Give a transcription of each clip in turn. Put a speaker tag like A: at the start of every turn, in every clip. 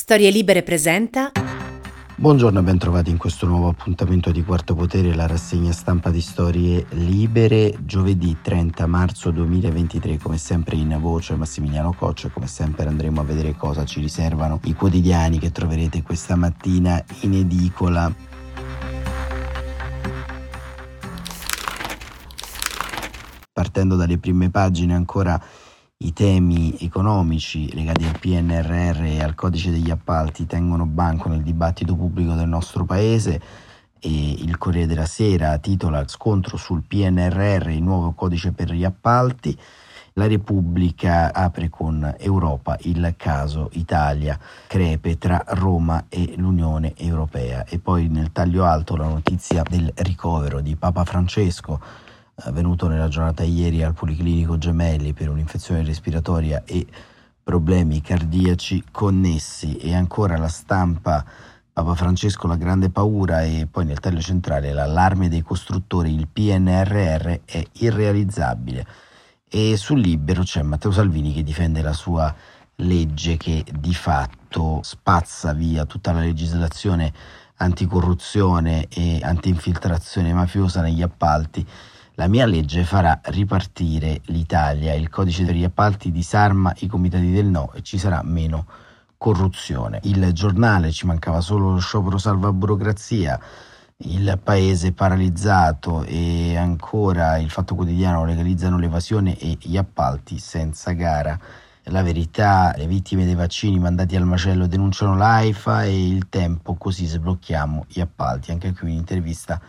A: Storie Libere presenta.
B: Buongiorno e ben trovati in questo nuovo appuntamento di Quarto Potere, la rassegna stampa di Storie Libere, giovedì 30 marzo 2023, come sempre in voce Massimiliano Coccia, e come sempre andremo a vedere cosa ci riservano i quotidiani che troverete questa mattina in edicola. Partendo dalle prime pagine ancora i temi economici legati al PNRR e al codice degli appalti tengono banco nel dibattito pubblico del nostro paese e il Corriere della Sera titola "Scontro sul PNRR, il nuovo codice per gli appalti". La Repubblica apre con "Europa, il caso Italia, crepe tra Roma e l'Unione Europea". E poi nel taglio alto la notizia del ricovero di Papa Francesco, avvenuto nella giornata ieri al Policlinico Gemelli per un'infezione respiratoria e problemi cardiaci connessi. E ancora La Stampa, Papa Francesco, la grande paura, e poi nel taglio centrale l'allarme dei costruttori, il PNRR è irrealizzabile. E sul Libero c'è Matteo Salvini che difende la sua legge che di fatto spazza via tutta la legislazione anticorruzione e anti-infiltrazione mafiosa negli appalti. La mia legge farà ripartire l'Italia, il codice degli appalti disarma i comitati del no e ci sarà meno corruzione. Il Giornale, ci mancava solo lo sciopero salva burocrazia, il paese paralizzato, e ancora il Fatto Quotidiano, legalizzano l'evasione e gli appalti senza gara. La Verità, le vittime dei vaccini mandati al macello denunciano l'AIFA, e Il Tempo, così sblocchiamo gli appalti. Anche qui un'intervista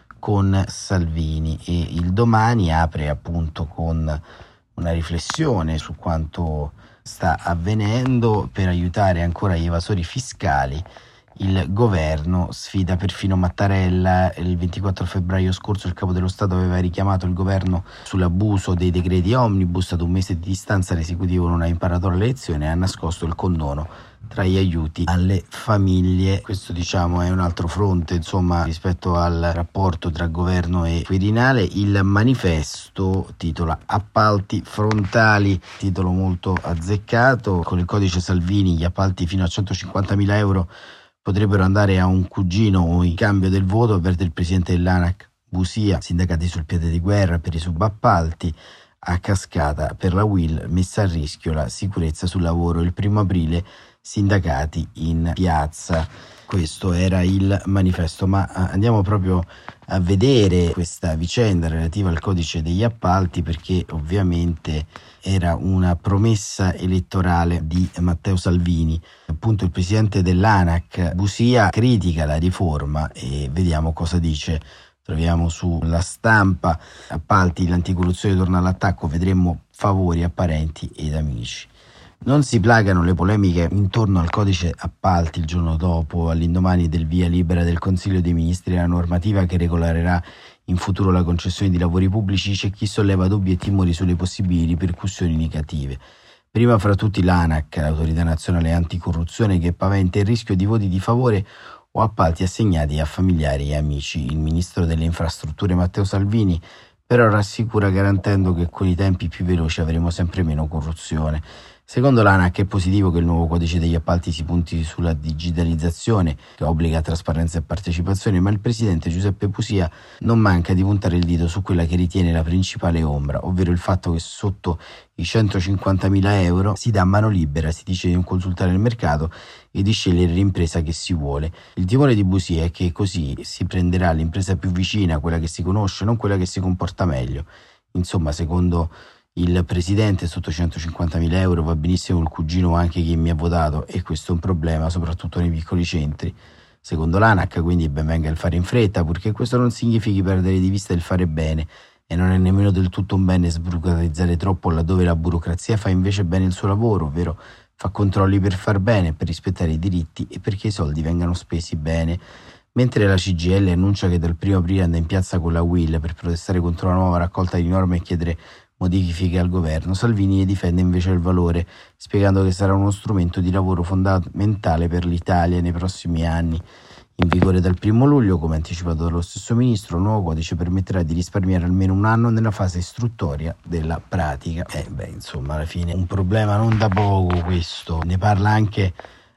B: con Salvini. E il Domani apre appunto con una riflessione su quanto sta avvenendo per aiutare ancora gli evasori fiscali. Il governo sfida perfino Mattarella. Il 24 febbraio scorso il capo dello Stato aveva richiamato il governo sull'abuso dei decreti omnibus. Ad un mese di distanza l'esecutivo non ha imparato la lezione e ha nascosto il condono tra gli aiuti alle famiglie. Questo è un altro fronte rispetto al rapporto tra governo e Quirinale. Il Manifesto titola "Appalti frontali", titolo molto azzeccato. Con il codice Salvini gli appalti fino a 150.000 euro potrebbero andare a un cugino o in cambio del voto, avverte il presidente dell'ANAC Busia. Sindacati sul piede di guerra per i subappalti. A cascata per la UIL, messa a rischio la sicurezza sul lavoro. Il 1 aprile sindacati in piazza. Questo era il Manifesto, ma andiamo proprio a vedere questa vicenda relativa al codice degli appalti, perché ovviamente era una promessa elettorale di Matteo Salvini. Appunto il presidente dell'ANAC Busia critica la riforma e vediamo cosa dice. Troviamo sulla Stampa: appalti, l'anticorruzione torna all'attacco, vedremmo favori a parenti ed amici. Non si placano le polemiche intorno al codice appalti il giorno dopo, all'indomani del via libera del Consiglio dei Ministri alla normativa che regolerà in futuro la concessione di lavori pubblici. C'è chi solleva dubbi e timori sulle possibili ripercussioni negative. Prima fra tutti l'ANAC, l'Autorità Nazionale Anticorruzione, che paventa il rischio di voti di favore o appalti assegnati a familiari e amici. Il ministro delle Infrastrutture Matteo Salvini però rassicura, garantendo che con i tempi più veloci avremo sempre meno corruzione. Secondo l'ANAC è positivo che il nuovo codice degli appalti si punti sulla digitalizzazione, che obbliga a trasparenza e partecipazione, ma il presidente Giuseppe Busia non manca di puntare il dito su quella che ritiene la principale ombra, ovvero il fatto che sotto i 150.000 euro si dà mano libera, si dice di non consultare il mercato e di scegliere l'impresa che si vuole. Il timore di Busia è che così si prenderà l'impresa più vicina, quella che si conosce, non quella che si comporta meglio. Insomma, secondo il presidente, sotto 150.000 euro va benissimo il cugino o anche chi mi ha votato, e questo è un problema soprattutto nei piccoli centri. Secondo l'ANAC quindi ben venga il fare in fretta, purché questo non significhi perdere di vista il fare bene, e non è nemmeno del tutto un bene sburocratizzare troppo laddove la burocrazia fa invece bene il suo lavoro, ovvero fa controlli per far bene, per rispettare i diritti e perché i soldi vengano spesi bene. Mentre la CGIL annuncia che dal 1 aprile andrà in piazza con la UIL per protestare contro la nuova raccolta di norme e chiedere modifiche al governo, Salvini ne difende invece il valore, spiegando che sarà uno strumento di lavoro fondamentale per l'Italia nei prossimi anni. In vigore dal 1 luglio, come anticipato dallo stesso ministro, il nuovo codice permetterà di risparmiare almeno un anno nella fase istruttoria della pratica. Alla fine un problema non da poco questo. Ne parla anche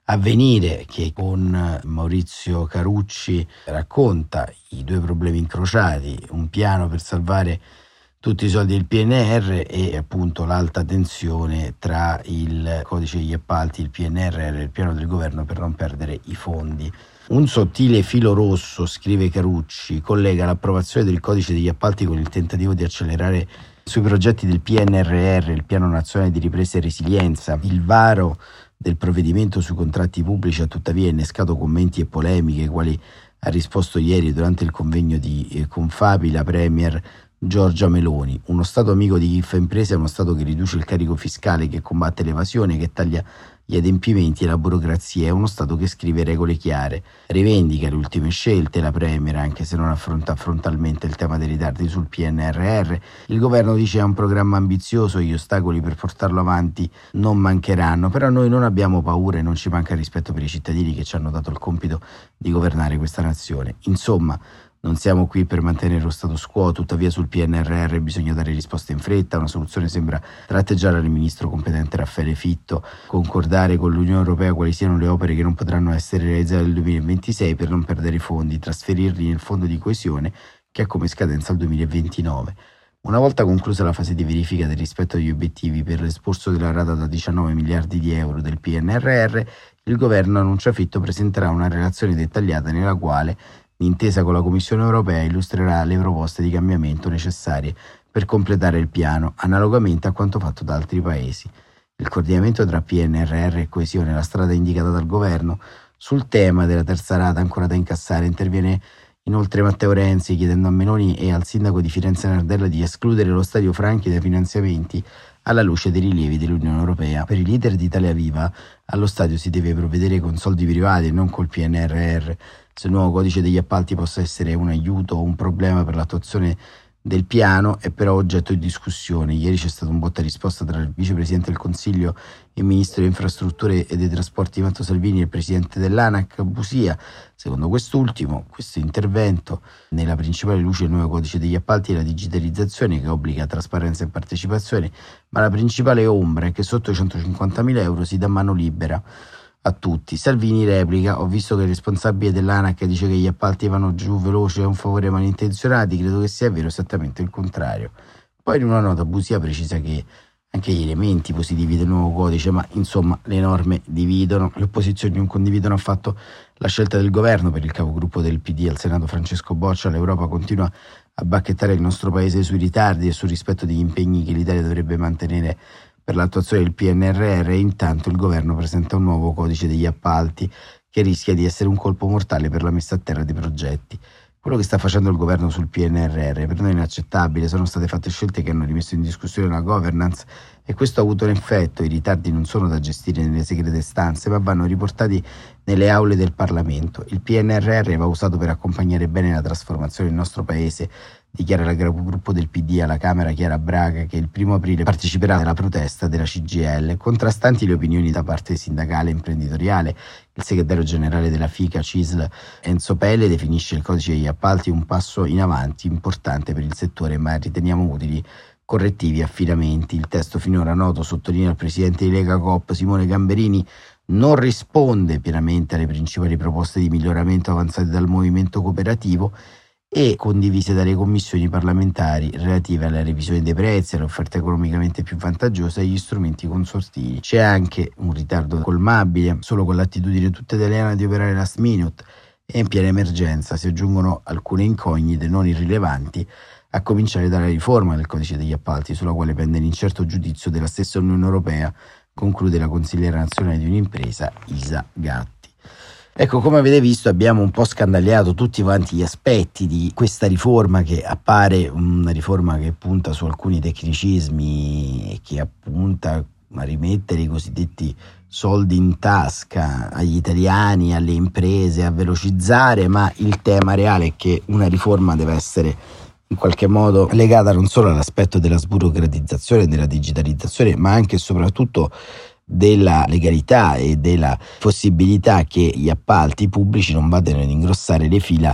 B: Avvenire, che con Maurizio Carucci racconta i due problemi incrociati, un piano per salvare tutti i soldi del PNR e appunto l'alta tensione tra il codice degli appalti, il PNRR e il piano del governo per non perdere i fondi. Un sottile filo rosso, scrive Carucci, collega l'approvazione del codice degli appalti con il tentativo di accelerare sui progetti del PNRR, il piano nazionale di ripresa e resilienza. Il varo del provvedimento sui contratti pubblici ha tuttavia innescato commenti e polemiche, quali ha risposto ieri durante il convegno di Confapi la Premier Giorgia Meloni. Uno Stato amico di chi fa impresa è uno Stato che riduce il carico fiscale, che combatte l'evasione, che taglia gli adempimenti e la burocrazia. È uno Stato che scrive regole chiare. Rivendica le ultime scelte la Premier, anche se non affronta frontalmente il tema dei ritardi sul PNRR. Il governo dice è un programma ambizioso e gli ostacoli per portarlo avanti non mancheranno, però noi non abbiamo paura e non ci manca rispetto per i cittadini che ci hanno dato il compito di governare questa nazione. Insomma, non siamo qui per mantenere lo status quo, tuttavia sul PNRR bisogna dare risposte in fretta. Una soluzione sembra tratteggiare il ministro competente Raffaele Fitto, concordare con l'Unione Europea quali siano le opere che non potranno essere realizzate nel 2026 per non perdere i fondi, trasferirli nel fondo di coesione che ha come scadenza il 2029. Una volta conclusa la fase di verifica del rispetto degli obiettivi per l'esborso della rata da 19 miliardi di euro del PNRR, il governo annuncia Fitto presenterà una relazione dettagliata nella quale, d'intesa con la Commissione Europea, illustrerà le proposte di cambiamento necessarie per completare il piano, analogamente a quanto fatto da altri paesi. Il coordinamento tra PNRR e coesione è la strada indicata dal governo. Sul tema della terza rata ancora da incassare interviene inoltre Matteo Renzi, chiedendo a Meloni e al sindaco di Firenze Nardella di escludere lo Stadio Franchi dai finanziamenti alla luce dei rilievi dell'Unione Europea. Per i leader di Italia Viva, allo stadio si deve provvedere con soldi privati e non col PNRR. Se il nuovo codice degli appalti possa essere un aiuto o un problema per l'attuazione del piano è però oggetto di discussione. Ieri c'è stata un botta e risposta tra il vicepresidente del Consiglio e il ministro delle infrastrutture e dei trasporti Matteo Salvini e il presidente dell'ANAC Busia. Secondo quest'ultimo, questo intervento nella principale luce del nuovo codice degli appalti è la digitalizzazione, che obbliga trasparenza e partecipazione, ma la principale ombra è che sotto i 150.000 euro si dà mano libera a tutti. Salvini replica: ho visto che il responsabile dell'ANAC dice che gli appalti vanno giù veloce, è un favore malintenzionati, credo che sia vero esattamente il contrario. Poi in una nota Busia precisa che anche gli elementi positivi del nuovo codice, ma insomma le norme dividono, le opposizioni non condividono affatto la scelta del governo. Per il capogruppo del PD al Senato Francesco Boccia, l'Europa continua a bacchettare il nostro paese sui ritardi e sul rispetto degli impegni che l'Italia dovrebbe mantenere per l'attuazione del PNRR, e intanto il governo presenta un nuovo codice degli appalti che rischia di essere un colpo mortale per la messa a terra dei progetti. Quello che sta facendo il governo sul PNRR per noi è inaccettabile. Sono state fatte scelte che hanno rimesso in discussione la governance e questo ha avuto un effetto. I ritardi non sono da gestire nelle segrete stanze, ma vanno riportati nelle aule del Parlamento. Il PNRR va usato per accompagnare bene la trasformazione del nostro paese, dichiara la capogruppo del PD alla Camera Chiara Braga, che il 1° aprile parteciperà alla protesta della CGIL. Contrastanti le opinioni da parte sindacale e imprenditoriale. Il segretario generale della FICA CISL Enzo Pelle definisce il codice degli appalti un passo in avanti importante per il settore, ma riteniamo utili correttivi e affidamenti. Il testo finora noto, sottolinea il presidente di Lega Coop Simone Gamberini, non risponde pienamente alle principali proposte di miglioramento avanzate dal movimento cooperativo e condivise dalle commissioni parlamentari relative alla revisione dei prezzi, all'offerta economicamente più vantaggiosa e agli strumenti consortili. C'è anche un ritardo colmabile solo con l'attitudine tutta italiana di operare last minute, e in piena emergenza si aggiungono alcune incognite non irrilevanti, a cominciare dalla riforma del codice degli appalti, sulla quale pende l'incerto giudizio della stessa Unione Europea, conclude la consigliera nazionale di un'impresa Isa Gatti. Ecco, come avete visto abbiamo un po' scandagliato tutti quanti gli aspetti di questa riforma, che appare una riforma che punta su alcuni tecnicismi e che appunta a rimettere i cosiddetti soldi in tasca agli italiani, alle imprese, a velocizzare, ma il tema reale è che una riforma deve essere in qualche modo legata non solo all'aspetto della sburocratizzazione, della digitalizzazione, ma anche e soprattutto della legalità e della possibilità che gli appalti pubblici non vadano ad ingrossare le fila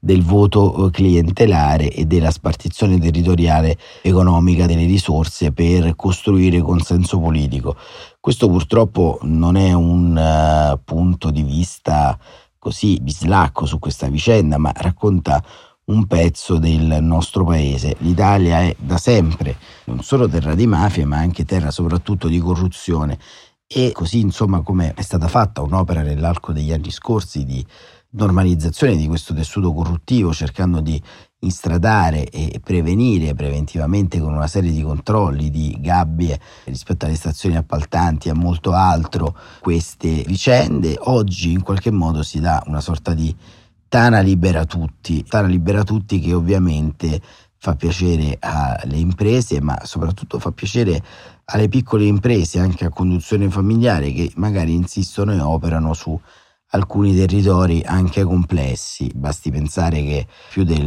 B: del voto clientelare e della spartizione territoriale economica delle risorse per costruire consenso politico. Questo purtroppo non è un punto di vista così bislacco su questa vicenda, ma racconta un pezzo del nostro paese. L'Italia è da sempre non solo terra di mafia, ma anche terra soprattutto di corruzione, e così insomma come è stata fatta un'opera nell'arco degli anni scorsi di normalizzazione di questo tessuto corruttivo, cercando di instradare e prevenire preventivamente con una serie di controlli, di gabbie rispetto alle stazioni appaltanti e a molto altro queste vicende. Oggi in qualche modo si dà una sorta di Tana libera tutti che ovviamente fa piacere alle imprese, ma soprattutto fa piacere alle piccole imprese anche a conduzione familiare, che magari insistono e operano su alcuni territori anche complessi. Basti pensare che più del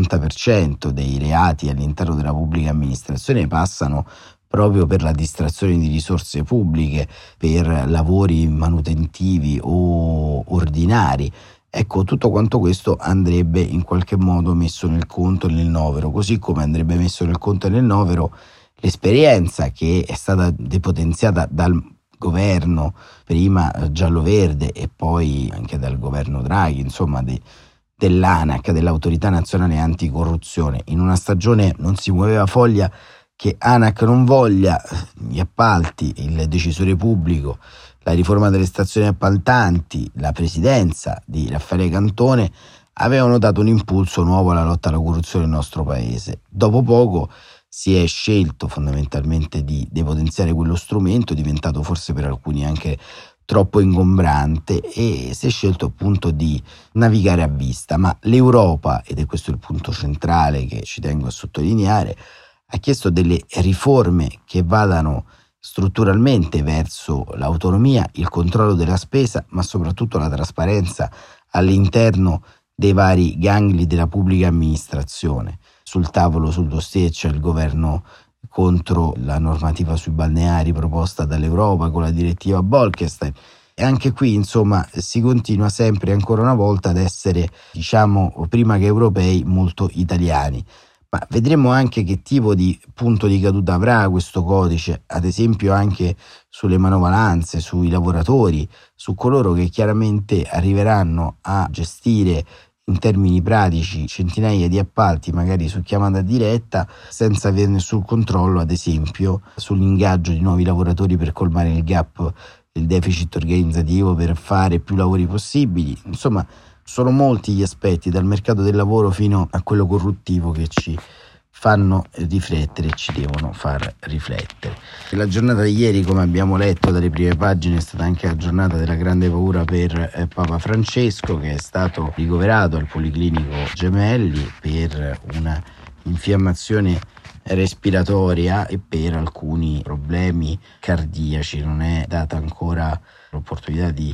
B: 60% dei reati all'interno della pubblica amministrazione passano proprio per la distrazione di risorse pubbliche, per lavori manutentivi o ordinari. Ecco, tutto quanto questo andrebbe in qualche modo messo nel conto e nel novero, così come andrebbe messo nel conto e nel novero l'esperienza che è stata depotenziata dal governo, prima giallo-verde e poi anche dal governo Draghi, insomma dell'ANAC, dell'Autorità Nazionale Anticorruzione. In una stagione non si muoveva foglia che ANAC non voglia gli appalti, il decisore pubblico, la riforma delle stazioni appaltanti, la presidenza di Raffaele Cantone avevano dato un impulso nuovo alla lotta alla corruzione nel nostro paese. Dopo poco si è scelto fondamentalmente di depotenziare quello strumento, diventato forse per alcuni anche troppo ingombrante, e si è scelto appunto di navigare a vista. Ma l'Europa, ed è questo il punto centrale che ci tengo a sottolineare, ha chiesto delle riforme che vadano strutturalmente verso l'autonomia, il controllo della spesa, ma soprattutto la trasparenza all'interno dei vari gangli della pubblica amministrazione. Sul tavolo, sul dossier, c'è il governo contro la normativa sui balneari proposta dall'Europa con la direttiva Bolkestein, e anche qui insomma si continua sempre ancora una volta ad essere, diciamo, prima che europei, molto italiani. Ma vedremo anche che tipo di punto di caduta avrà questo codice, ad esempio anche sulle manovalanze, sui lavoratori, su coloro che chiaramente arriveranno a gestire in termini pratici centinaia di appalti, magari su chiamata diretta, senza avere nessun controllo, ad esempio, sull'ingaggio di nuovi lavoratori per colmare il gap, il deficit organizzativo, per fare più lavori possibili. Insomma, sono molti gli aspetti, dal mercato del lavoro fino a quello corruttivo, che ci fanno riflettere e ci devono far riflettere. La giornata di ieri, come abbiamo letto dalle prime pagine, è stata anche la giornata della grande paura per Papa Francesco, che è stato ricoverato al Policlinico Gemelli per una infiammazione respiratoria e per alcuni problemi cardiaci. Non è data ancora l'opportunità di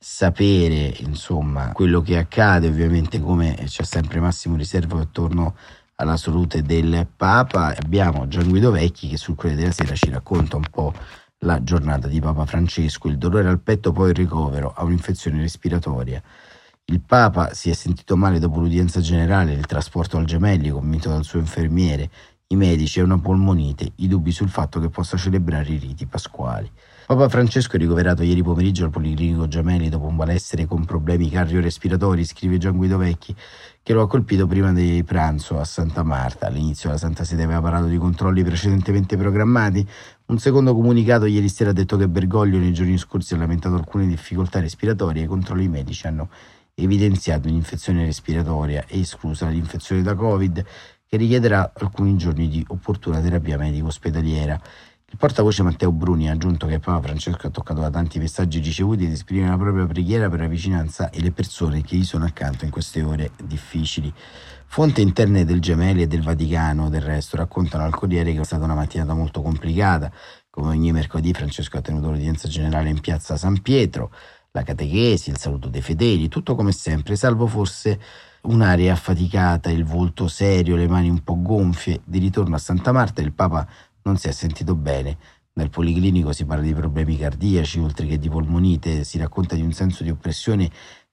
B: sapere insomma quello che accade, ovviamente come c'è sempre massimo riservo attorno alla salute del Papa. Abbiamo Gian Guido Vecchi che sul Corriere della Sera ci racconta un po' la giornata di Papa Francesco. Il dolore al petto, poi il ricovero, a un'infezione respiratoria. Il Papa si è sentito male dopo l'udienza generale, il trasporto al Gemelli convinto dal suo infermiere, i medici e una polmonite, i dubbi sul fatto che possa celebrare i riti pasquali. Papa Francesco è ricoverato ieri pomeriggio al Policlinico Gemelli dopo un malessere con problemi cardiorespiratori, scrive Gian Guido Vecchi, che lo ha colpito prima del pranzo a Santa Marta. All'inizio la Santa Sede aveva parlato di controlli precedentemente programmati. Un secondo comunicato ieri sera ha detto che Bergoglio nei giorni scorsi ha lamentato alcune difficoltà respiratorie e i controlli medici hanno evidenziato un'infezione respiratoria e esclusa l'infezione da Covid, che richiederà alcuni giorni di opportuna terapia medico-ospedaliera. Il portavoce Matteo Bruni ha aggiunto che Papa Francesco ha toccato da tanti messaggi ricevuti ed esprime la propria preghiera per la vicinanza e le persone che gli sono accanto in queste ore difficili. Fonti interne del Gemelli e del Vaticano, del resto, raccontano al Corriere che è stata una mattinata molto complicata. Come ogni mercoledì, Francesco ha tenuto l'udienza generale in piazza San Pietro, la catechesi, il saluto dei fedeli, tutto come sempre, salvo forse un'aria affaticata, il volto serio, le mani un po' gonfie. Di ritorno a Santa Marta il Papa non si è sentito bene. Nel Policlinico si parla di problemi cardiaci, oltre che di polmonite, si racconta di un senso di oppressione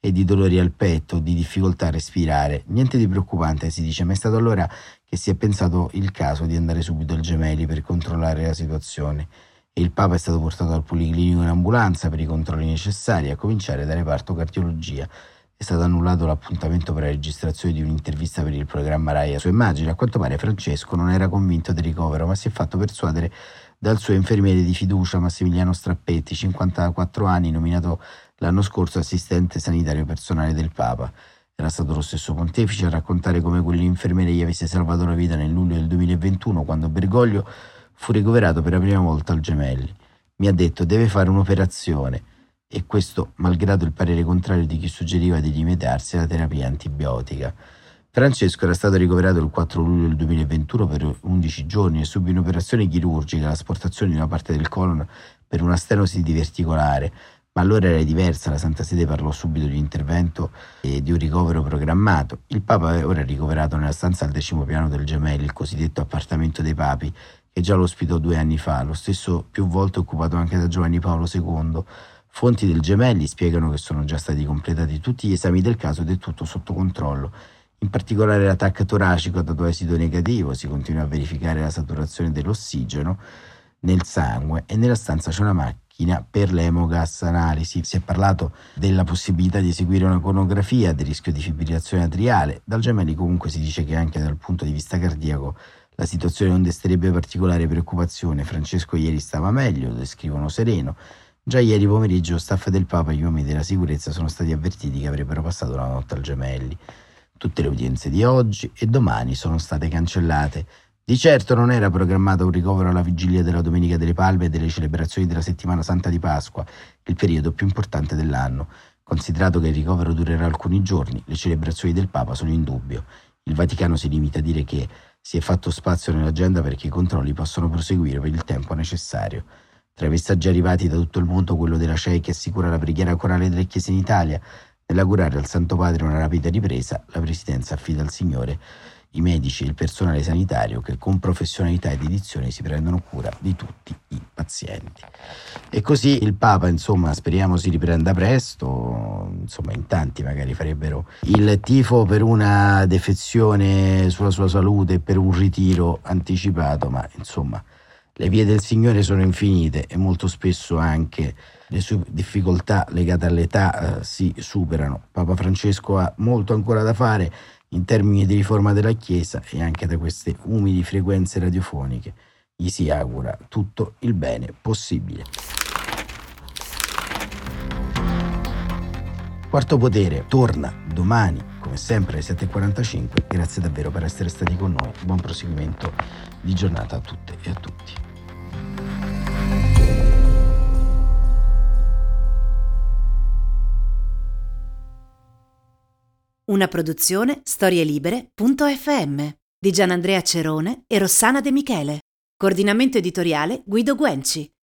B: e di dolori al petto, di difficoltà a respirare. Niente di preoccupante, si dice, ma è stato allora che si è pensato il caso di andare subito al Gemelli per controllare la situazione. E il Papa è stato portato al Policlinico in ambulanza per i controlli necessari, a cominciare da reparto cardiologia. È stato annullato l'appuntamento per la registrazione di un'intervista per il programma Rai a sua immagine. A quanto pare Francesco non era convinto del ricovero, ma si è fatto persuadere dal suo infermiere di fiducia Massimiliano Strappetti, 54 anni, nominato l'anno scorso assistente sanitario personale del Papa. Era stato lo stesso pontefice a raccontare come quell'infermiere gli avesse salvato la vita nel luglio del 2021, quando Bergoglio fu ricoverato per la prima volta al Gemelli. Mi ha detto: deve fare un'operazione, e questo malgrado il parere contrario di chi suggeriva di limitarsi alla terapia antibiotica. Francesco era stato ricoverato il 4 luglio del 2021 per 11 giorni e subì un'operazione chirurgica, l'asportazione di una parte del colon per una stenosi diverticolare, ma allora era diversa. La Santa Sede parlò subito di intervento e di un ricovero programmato. Il Papa è ora ricoverato nella stanza al 10° piano del Gemelli, il cosiddetto appartamento dei papi, che già lo ospitò 2 anni fa, lo stesso più volte occupato anche da Giovanni Paolo II. Fonti del Gemelli spiegano che sono già stati completati tutti gli esami del caso ed è tutto sotto controllo. In particolare l'attacco toracico ha dato esito negativo, si continua a verificare la saturazione dell'ossigeno nel sangue e nella stanza c'è una macchina per l'emogas analisi. Si è parlato della possibilità di eseguire una conografia, del rischio di fibrillazione atriale. Dal Gemelli comunque si dice che anche dal punto di vista cardiaco la situazione non desterebbe particolare preoccupazione. Francesco ieri stava meglio, lo descrivono sereno. Già ieri pomeriggio lo staff del Papa e gli uomini della sicurezza sono stati avvertiti che avrebbero passato la notte al Gemelli. Tutte le udienze di oggi e domani sono state cancellate. Di certo non era programmato un ricovero alla vigilia della Domenica delle Palme e delle celebrazioni della Settimana Santa di Pasqua, il periodo più importante dell'anno. Considerato che il ricovero durerà alcuni giorni, le celebrazioni del Papa sono in dubbio. Il Vaticano si limita a dire che si è fatto spazio nell'agenda perché i controlli possono proseguire per il tempo necessario. Tra i messaggi arrivati da tutto il mondo, quello della CEI che assicura la preghiera corale delle chiese in Italia. Nell'augurare al Santo Padre una rapida ripresa, la Presidenza affida al Signore i medici e il personale sanitario che con professionalità e dedizione si prendono cura di tutti i pazienti. E così il Papa, insomma, speriamo si riprenda presto. Insomma, in tanti magari farebbero il tifo per una defezione sulla sua salute e per un ritiro anticipato, ma insomma le vie del Signore sono infinite e molto spesso anche le sue difficoltà legate all'età si superano. Papa Francesco ha molto ancora da fare in termini di riforma della Chiesa e anche da queste umili frequenze radiofoniche. Gli si augura tutto il bene possibile. Quarto Potere torna domani, come sempre, alle 7:45. Grazie davvero per essere stati con noi. Buon proseguimento di giornata a tutte e a tutti.
A: Una produzione storielibere.fm di Gianandrea Cerone e Rossana De Michele. Coordinamento editoriale Guido Guenci.